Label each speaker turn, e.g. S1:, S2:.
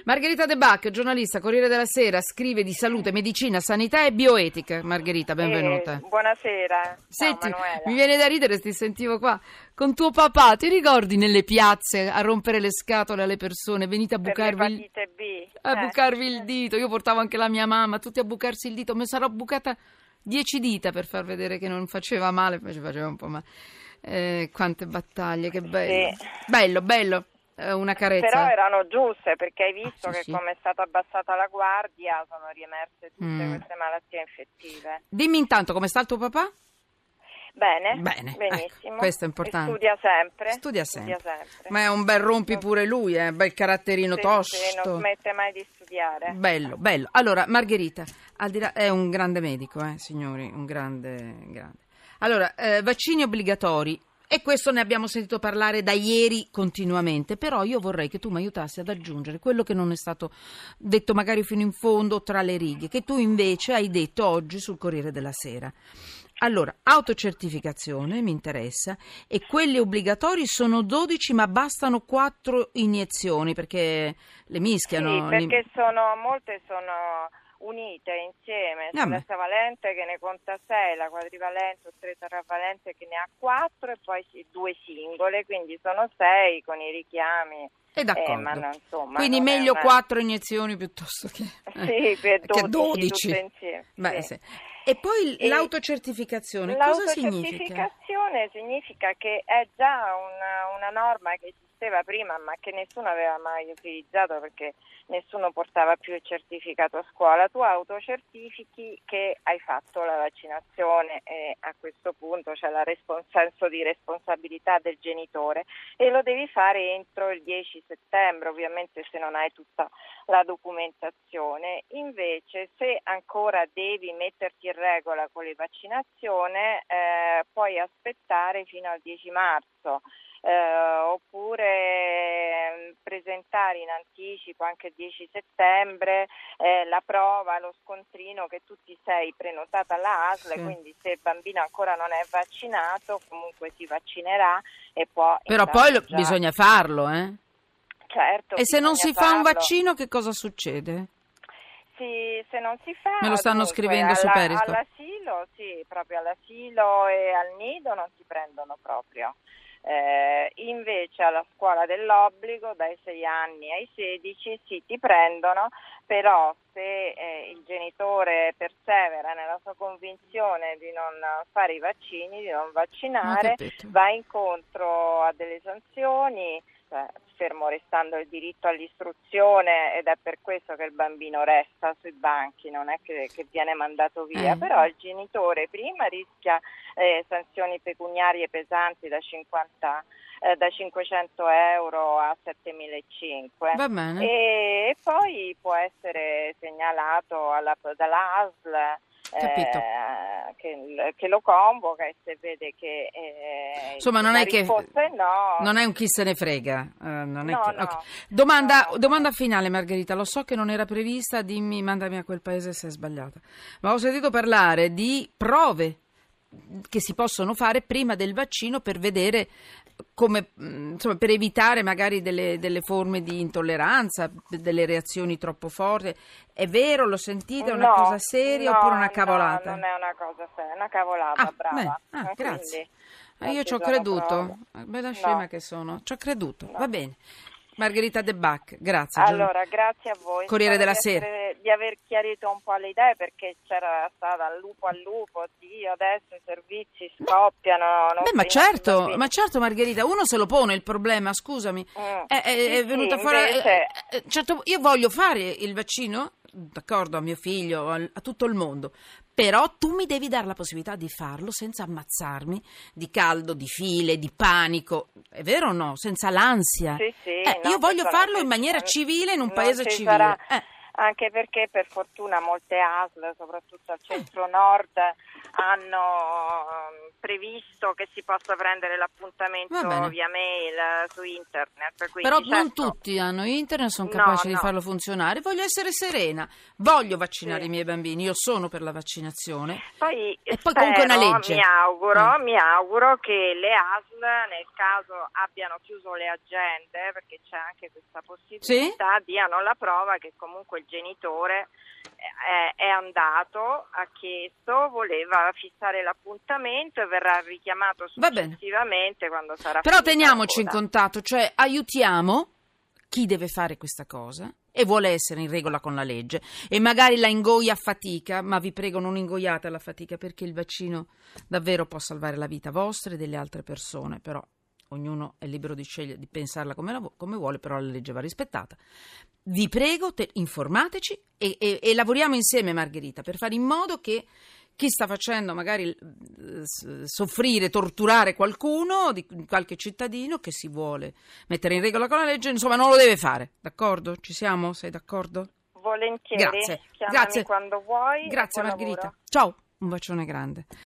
S1: Margherita De Bach, giornalista, Corriere della Sera, scrive di salute, medicina, sanità e bioetica. Margherita, benvenuta.
S2: Buonasera.
S1: Senti,
S2: Ciao, Manuela.
S1: mi viene da ridere, ti sentivo qua con tuo papà. Ti ricordi nelle piazze a rompere le scatole alle persone? Venite a bucarvi bucarvi il dito. Io portavo anche la mia mamma, tutti a bucarsi il dito. Mi sarò bucata 10 dita per far vedere che non faceva male, poi ci faceva un po' male. Quante battaglie, che bello.
S2: Sì.
S1: Bello. Una carezza.
S2: Però erano giuste, perché hai visto
S1: sì,
S2: che
S1: sì.
S2: come è stata abbassata la guardia sono riemerse tutte queste malattie infettive.
S1: Dimmi intanto come sta il tuo papà?
S2: Bene,
S1: Ecco,
S2: benissimo.
S1: questo è importante.
S2: E studia sempre.
S1: Studia sempre. Ma è un bel rompi pure lui, bel caratterino tosto.
S2: Sì, non smette mai di studiare.
S1: Bello. Allora, Margherita, al di là, è un grande medico, signori, un grande. Allora, vaccini obbligatori. E questo ne abbiamo sentito parlare da ieri continuamente, però io vorrei che tu mi aiutassi ad aggiungere quello che non è stato detto magari fino in fondo tra le righe, che tu invece hai detto oggi sul Corriere della Sera. Allora, autocertificazione mi interessa, e quelli obbligatori sono 12 ma bastano 4 iniezioni perché le mischiano.
S2: Sì, perché molte sono unite insieme, c'è l'esavalente che ne conta 6, la quadrivalente o tetravalente che ne ha 4 e poi 2 singole, quindi sono 6 con i richiami.
S1: D'accordo. Quindi meglio 4 iniezioni piuttosto che,
S2: per 12,
S1: che 12.
S2: tutte insieme.
S1: Beh, sì. E poi l'autocertificazione, cosa significa?
S2: L'autocertificazione significa che è già una norma che esisteva prima, ma che nessuno aveva mai utilizzato perché nessuno portava più il certificato a scuola. Tu autocertifichi che hai fatto la vaccinazione e a questo punto c'è senso di responsabilità del genitore e lo devi fare entro il 10 settembre, ovviamente se non hai tutta la documentazione. Invece se ancora devi metterti in regola con le vaccinazioni, puoi aspettare fino al 10 marzo. Oppure presentare in anticipo anche il 10 settembre la prova, lo scontrino che tu ti sei prenotata alla ASL, sì. Quindi se il bambino ancora non è vaccinato comunque si vaccinerà e può.
S1: Però poi bisogna farlo,
S2: Certo.
S1: E se non si fa un vaccino che cosa succede?
S2: Sì, se non si fa,
S1: me lo stanno scrivendo su Periscope.
S2: All'asilo, sì, proprio all'asilo e al nido non ti prendono proprio. Invece alla scuola dell'obbligo dai 6 anni ai 16 sì, ti prendono, però se il genitore persevera nella sua convinzione di non fare i vaccini, di non vaccinare, va incontro a delle sanzioni, fermo restando il diritto all'istruzione, ed è per questo che il bambino resta sui banchi, non è che viene mandato via, però il genitore prima rischia sanzioni pecuniarie pesanti da 500 euro a 7.500
S1: Va bene.
S2: E poi può essere segnalato dalla ASL che lo convoca, e se vede che
S1: insomma non è che non è un chi se ne frega, Okay. Domanda finale, Margherita, lo so che non era prevista, dimmi, mandami a quel paese se è sbagliata, ma ho sentito parlare di prove che si possono fare prima del vaccino per vedere come, insomma, per evitare magari delle forme di intolleranza, delle reazioni troppo forti. È vero? L'ho sentita? È una cosa seria oppure una cavolata?
S2: No, non è una cosa seria, è una cavolata, brava.
S1: Grazie. Io ci ho creduto, bella scema che sono, ci ho creduto, va bene. Margherita De Bach, grazie.
S2: Allora, grazie a voi.
S1: Corriere della Sera.
S2: Di aver chiarito un po' le idee, perché c'era stata al lupo, oddio, adesso i servizi scoppiano.
S1: Ma certo Margherita, uno se lo pone il problema, scusami. È venuta fuori. Certo, io voglio fare il vaccino, d'accordo, a mio figlio, a tutto il mondo. Però tu mi devi dare la possibilità di farlo senza ammazzarmi di caldo, di file, di panico. È vero o no? Senza l'ansia.
S2: Sì,
S1: io voglio farlo in maniera civile, in un paese civile.
S2: Anche perché per fortuna molte ASL, soprattutto al centro-nord, hanno previsto che si possa prendere l'appuntamento via mail su internet.
S1: Però non tutti hanno internet, sono capaci di farlo funzionare. Voglio essere serena, voglio vaccinare i miei bambini, io sono per la vaccinazione.
S2: Poi
S1: comunque è una legge.
S2: Mi auguro che le ASL nel caso abbiano chiuso le agende, perché c'è anche questa possibilità, diano la prova che comunque il genitore è andato, ha chiesto, voleva fissare l'appuntamento e verrà richiamato successivamente quando sarà
S1: Però
S2: finita
S1: teniamoci
S2: la
S1: in
S2: coda.
S1: contatto, cioè aiutiamo chi deve fare questa cosa e vuole essere in regola con la legge e magari la ingoia a fatica, ma vi prego non ingoiate la fatica, perché il vaccino davvero può salvare la vita vostra e delle altre persone, però ognuno è libero di scegliere, di pensarla come vuole, però la legge va rispettata. Vi prego, informateci e lavoriamo insieme, Margherita, per fare in modo che chi sta facendo magari soffrire, torturare qualcuno, qualche cittadino che si vuole mettere in regola con la legge, insomma non lo deve fare, d'accordo? Ci siamo? Sei d'accordo?
S2: Volentieri,
S1: Grazie.
S2: chiamami quando vuoi.
S1: Grazie
S2: e buon
S1: Margherita.
S2: lavoro.
S1: Ciao, un bacione grande.